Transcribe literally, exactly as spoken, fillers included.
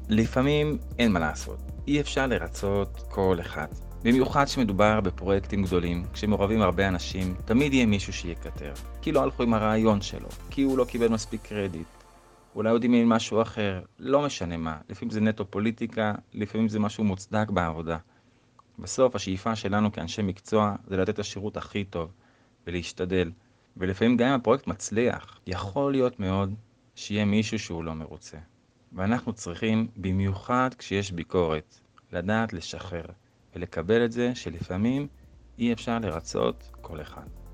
לפעמים אין מה לעשות, אי אפשר לרצות כל אחד. במיוחד שמדובר בפרויקטים גדולים, כשמעורבים הרבה אנשים, תמיד יהיה מישהו שיקטר. כי לא הלכו עם הרעיון שלו, כי הוא לא קיבל מספיק קרדיט. אולי יודעים עם משהו אחר, לא משנה מה. לפעמים זה נטו פוליטיקה, לפעמים זה משהו מוצדק בעבודה. בסוף השאיפה שלנו כאנשי מקצוע זה לתת את השירות הכי טוב ולהשתדל. ולפעמים גם אם הפרויקט מצליח, יכול להיות מאוד שיהיה מישהו שהוא לא מרוצה. ואנחנו צריכים, במיוחד כשיש ביקורת, לדעת לשחרר ולקבל את זה שלפעמים אי אפשר לרצות כל אחד.